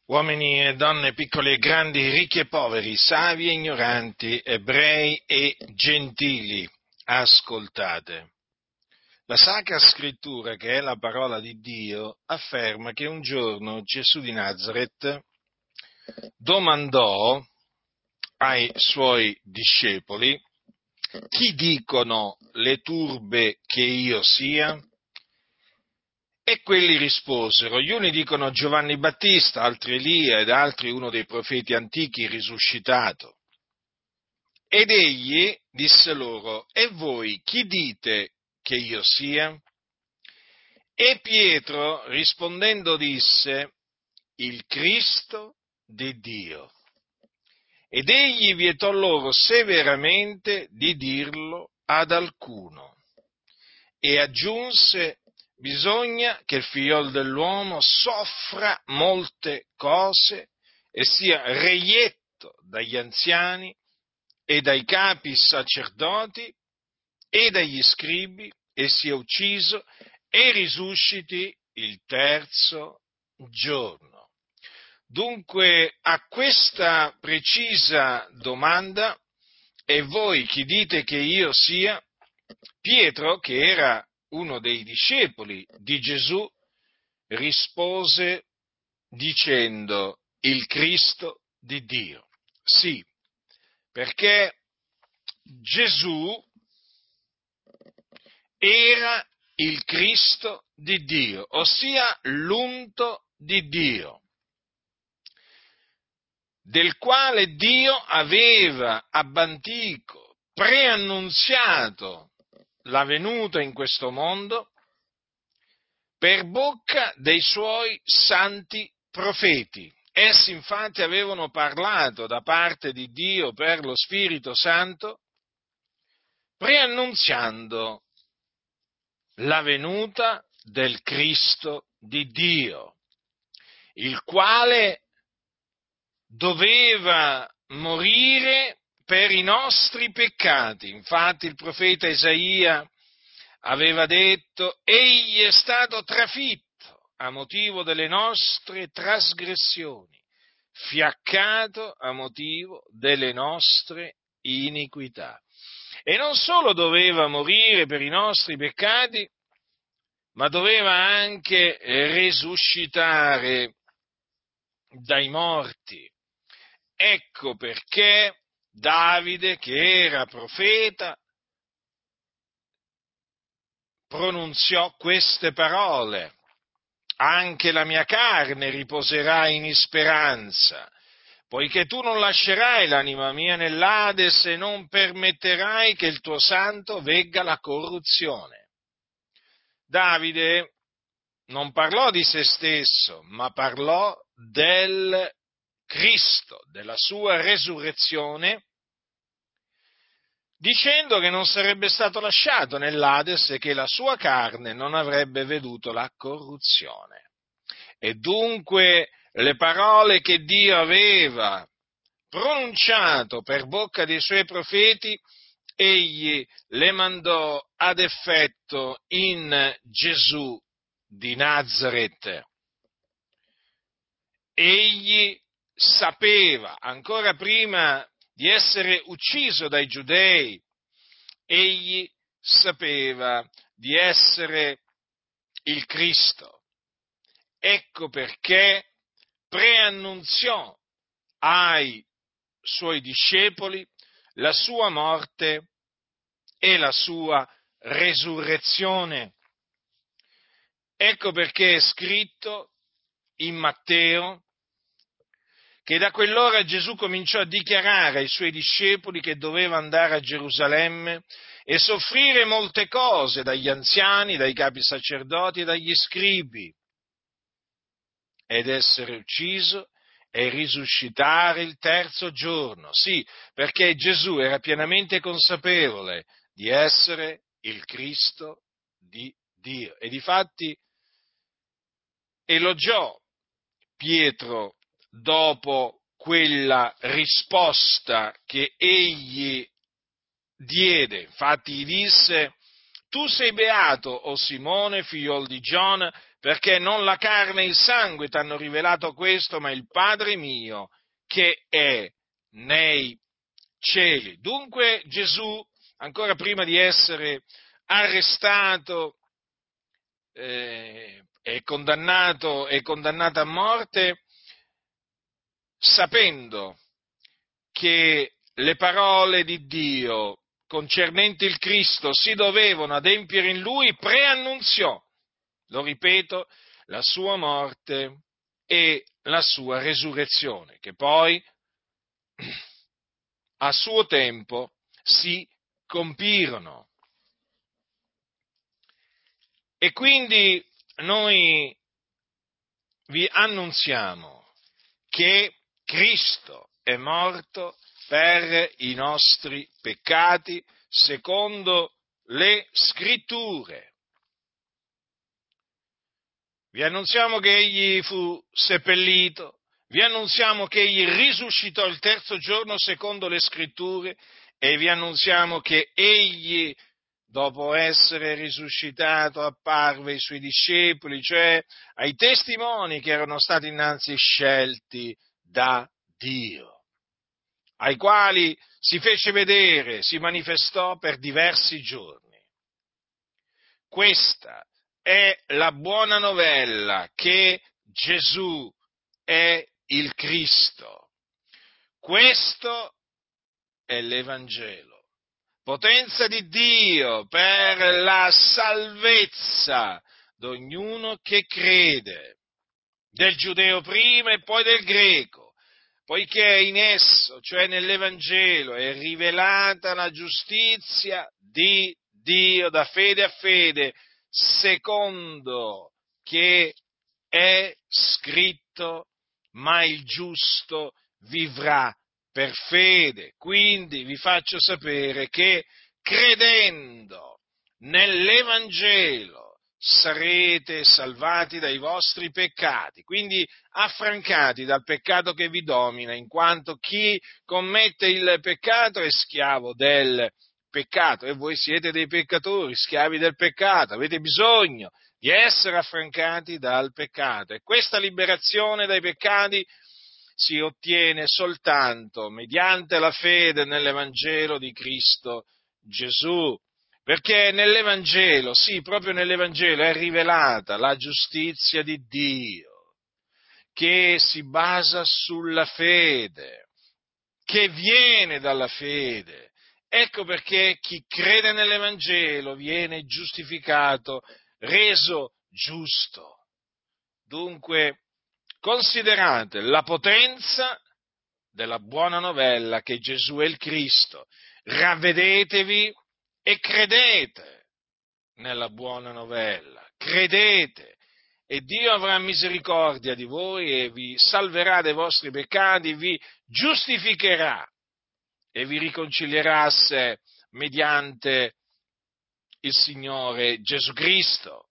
Uomini e donne, piccoli e grandi, ricchi e poveri, savi e ignoranti, ebrei e gentili, ascoltate. La Sacra Scrittura, che è la parola di Dio, afferma che un giorno Gesù di Nazaret domandò ai suoi discepoli: chi dicono le turbe che io sia? E quelli risposero: gli uni dicono Giovanni Battista, altri Elia ed altri uno dei profeti antichi risuscitato. Ed egli disse loro: e voi chi dite che io sia? E Pietro rispondendo disse: il Cristo di Dio. Ed egli vietò loro severamente di dirlo ad alcuno. E aggiunse: bisogna che il figliol dell'uomo soffra molte cose e sia reietto dagli anziani e dai capi sacerdoti e dagli scribi e sia ucciso e risusciti il terzo giorno. Dunque, a questa precisa domanda, e voi chi dite che io sia? Pietro, che era uno dei discepoli di Gesù, rispose dicendo: il Cristo di Dio. Sì, perché Gesù era il Cristo di Dio, ossia l'unto di Dio, del quale Dio aveva ab antico preannunziato la venuta in questo mondo per bocca dei suoi santi profeti. Essi infatti avevano parlato da parte di Dio per lo Spirito Santo, preannunziando la venuta del Cristo di Dio, il quale doveva morire per i nostri peccati. Infatti il profeta Isaia aveva detto: egli è stato trafitto a motivo delle nostre trasgressioni, fiaccato a motivo delle nostre iniquità. E non solo doveva morire per i nostri peccati, ma doveva anche risuscitare dai morti. Ecco perché Davide, che era profeta, pronunziò queste parole: anche la mia carne riposerà in speranza, poiché tu non lascerai l'anima mia nell'Ades e non permetterai che il tuo santo vegga la corruzione. Davide non parlò di se stesso, ma parlò del Cristo, della sua resurrezione, dicendo che non sarebbe stato lasciato nell'Ades e che la sua carne non avrebbe veduto la corruzione. E dunque le parole che Dio aveva pronunciato per bocca dei suoi profeti, egli le mandò ad effetto in Gesù di Nazaret. Egli sapeva, ancora prima di essere ucciso dai giudei, egli sapeva di essere il Cristo. Ecco perché preannunziò ai suoi discepoli la sua morte e la sua resurrezione. Ecco perché è scritto in Matteo che da quell'ora Gesù cominciò a dichiarare ai suoi discepoli che doveva andare a Gerusalemme e soffrire molte cose dagli anziani, dai capi sacerdoti e dagli scribi, ed essere ucciso e risuscitare il terzo giorno. Sì, perché Gesù era pienamente consapevole di essere il Cristo di Dio. E difatti elogiò Pietro dopo quella risposta che egli diede. Infatti gli disse: tu sei beato, o Simone, figliol di Giona, perché non la carne e il sangue ti hanno rivelato questo, ma il Padre mio che è nei cieli. Dunque Gesù, ancora prima di essere arrestato e condannato a morte, sapendo che le parole di Dio concernenti il Cristo si dovevano adempiere in lui, preannunziò, lo ripeto, la sua morte e la sua resurrezione, che poi a suo tempo si compirono. E quindi noi vi annunziamo che Cristo è morto per i nostri peccati secondo le Scritture. Vi annunziamo che Egli fu seppellito, vi annunziamo che Egli risuscitò il terzo giorno secondo le Scritture e vi annunziamo che Egli, dopo essere risuscitato, apparve ai Suoi discepoli, cioè ai testimoni che erano stati innanzi scelti da Dio, ai quali si fece vedere, si manifestò per diversi giorni. Questa è la buona novella che Gesù è il Cristo. Questo è l'Evangelo, potenza di Dio per la salvezza di ognuno che crede, del giudeo prima e poi del greco, poiché in esso, cioè nell'Evangelo, è rivelata la giustizia di Dio da fede a fede, secondo che è scritto, ma il giusto vivrà per fede. Quindi vi faccio sapere che credendo nell'Evangelo sarete salvati dai vostri peccati, quindi affrancati dal peccato che vi domina, in quanto chi commette il peccato è schiavo del peccato e voi siete dei peccatori, schiavi del peccato, avete bisogno di essere affrancati dal peccato e questa liberazione dai peccati si ottiene soltanto mediante la fede nell'Evangelo di Cristo Gesù. Perché nell'Evangelo, sì, proprio nell'Evangelo è rivelata la giustizia di Dio, che si basa sulla fede, che viene dalla fede. Ecco perché chi crede nell'Evangelo viene giustificato, reso giusto. Dunque, considerate la potenza della buona novella che Gesù è il Cristo, ravvedetevi e credete nella buona novella, credete e Dio avrà misericordia di voi e vi salverà dai vostri peccati, vi giustificherà e vi riconcilierà a sé mediante il Signore Gesù Cristo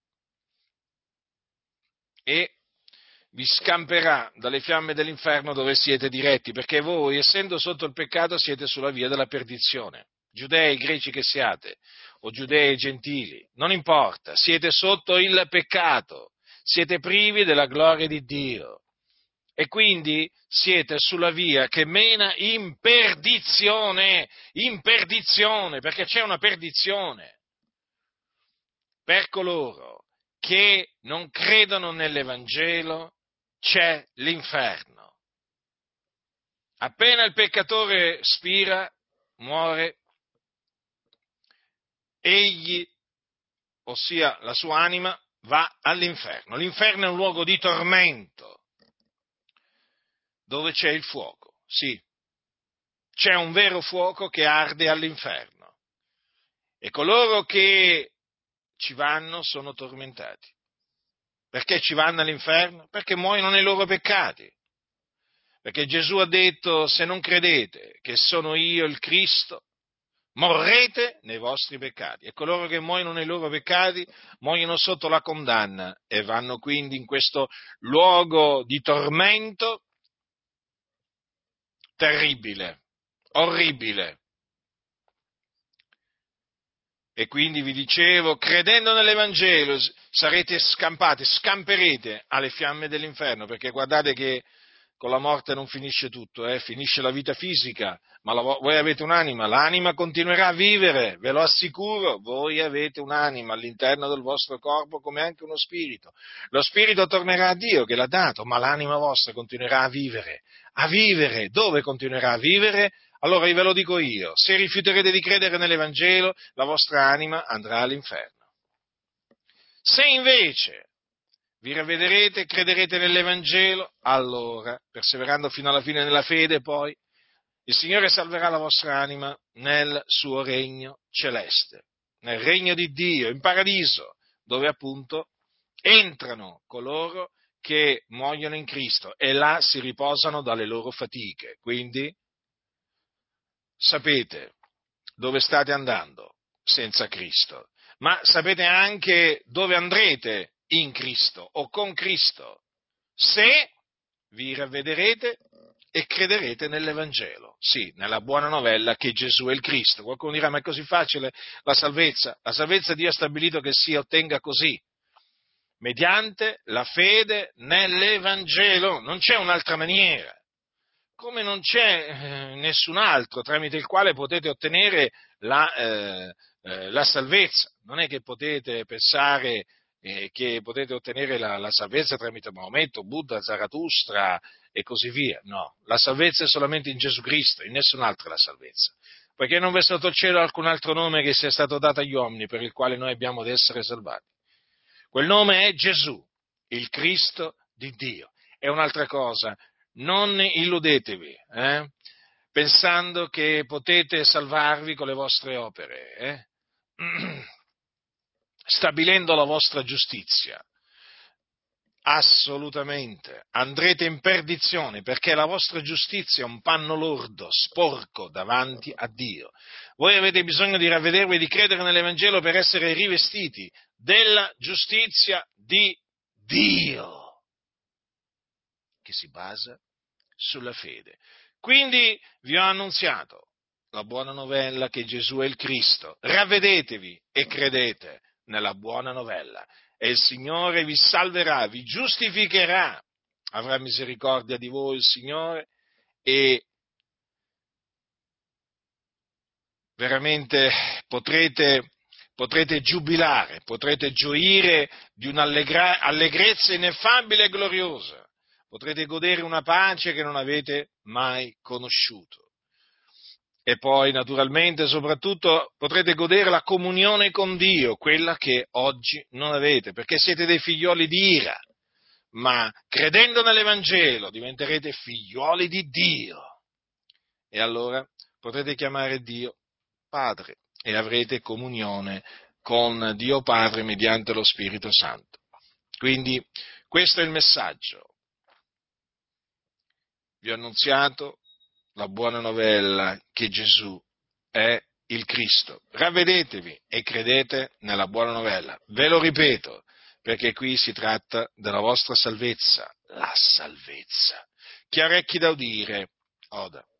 e vi scamperà dalle fiamme dell'inferno dove siete diretti, perché voi, essendo sotto il peccato, siete sulla via della perdizione. Giudei, greci che siate, o giudei gentili, non importa, siete sotto il peccato, siete privi della gloria di Dio e quindi siete sulla via che mena in perdizione, perché c'è una perdizione per coloro che non credono nell'Evangelo, c'è l'inferno. Appena il peccatore spira, muore, egli, ossia la sua anima, va all'inferno. L'inferno è un luogo di tormento, dove c'è il fuoco, sì, c'è un vero fuoco che arde all'inferno. E coloro che ci vanno sono tormentati. Perché ci vanno all'inferno? Perché muoiono nei loro peccati. Perché Gesù ha detto, se non credete che sono io il Cristo, morrete nei vostri peccati. E coloro che muoiono nei loro peccati muoiono sotto la condanna e vanno quindi in questo luogo di tormento terribile, orribile. E quindi vi dicevo, credendo nell'Evangelo sarete scampati, scamperete alle fiamme dell'inferno, perché guardate che con la morte non finisce tutto, finisce la vita fisica, ma voi avete un'anima, l'anima continuerà a vivere, ve lo assicuro, voi avete un'anima all'interno del vostro corpo come anche uno spirito. Lo spirito tornerà a Dio che l'ha dato, ma l'anima vostra continuerà a vivere. A vivere, dove continuerà a vivere? Allora io ve lo dico io, se rifiuterete di credere nell'Evangelo, la vostra anima andrà all'inferno. Se invece vi ravvederete e crederete nell'Evangelo, allora, perseverando fino alla fine nella fede, poi, il Signore salverà la vostra anima nel suo regno celeste, nel regno di Dio, in paradiso, dove appunto entrano coloro che muoiono in Cristo e là si riposano dalle loro fatiche. Quindi sapete dove state andando senza Cristo, ma sapete anche dove andrete in Cristo o con Cristo, se vi ravvederete e crederete nell'Evangelo, sì, nella buona novella che Gesù è il Cristo. Qualcuno dirà, ma è così facile la salvezza? La salvezza Dio ha stabilito che si ottenga così, mediante la fede nell'Evangelo, non c'è un'altra maniera. Come non c'è nessun altro tramite il quale potete ottenere la salvezza. Non è che potete pensare che potete ottenere la salvezza tramite Maometto, Buddha, Zarathustra e così via. No, la salvezza è solamente in Gesù Cristo, in nessun altro è la salvezza. Poiché non vi è stato al cielo alcun altro nome che sia stato dato agli uomini per il quale noi abbiamo ad essere salvati. Quel nome è Gesù, il Cristo di Dio. E un'altra cosa, non illudetevi, pensando che potete salvarvi con le vostre opere, stabilendo la vostra giustizia. Assolutamente, andrete in perdizione perché la vostra giustizia è un panno lordo, sporco davanti a Dio. Voi avete bisogno di ravvedervi e di credere nell'Evangelo per essere rivestiti della giustizia di Dio, che si basa sulla fede. Quindi vi ho annunziato la buona novella che Gesù è il Cristo. Ravvedetevi e credete nella buona novella e il Signore vi salverà, vi giustificherà, avrà misericordia di voi il Signore e veramente potrete giubilare, potrete gioire di un'allegrezza ineffabile e gloriosa. Potrete godere una pace che non avete mai conosciuto. E poi, naturalmente, soprattutto, potrete godere la comunione con Dio, quella che oggi non avete, perché siete dei figlioli di ira. Ma credendo nell'Evangelo diventerete figlioli di Dio. E allora potrete chiamare Dio Padre e avrete comunione con Dio Padre mediante lo Spirito Santo. Quindi, questo è il messaggio. Vi ho annunziato la buona novella che Gesù è il Cristo. Ravvedetevi e credete nella buona novella. Ve lo ripeto, perché qui si tratta della vostra salvezza, la salvezza. Chi ha orecchi da udire, oda.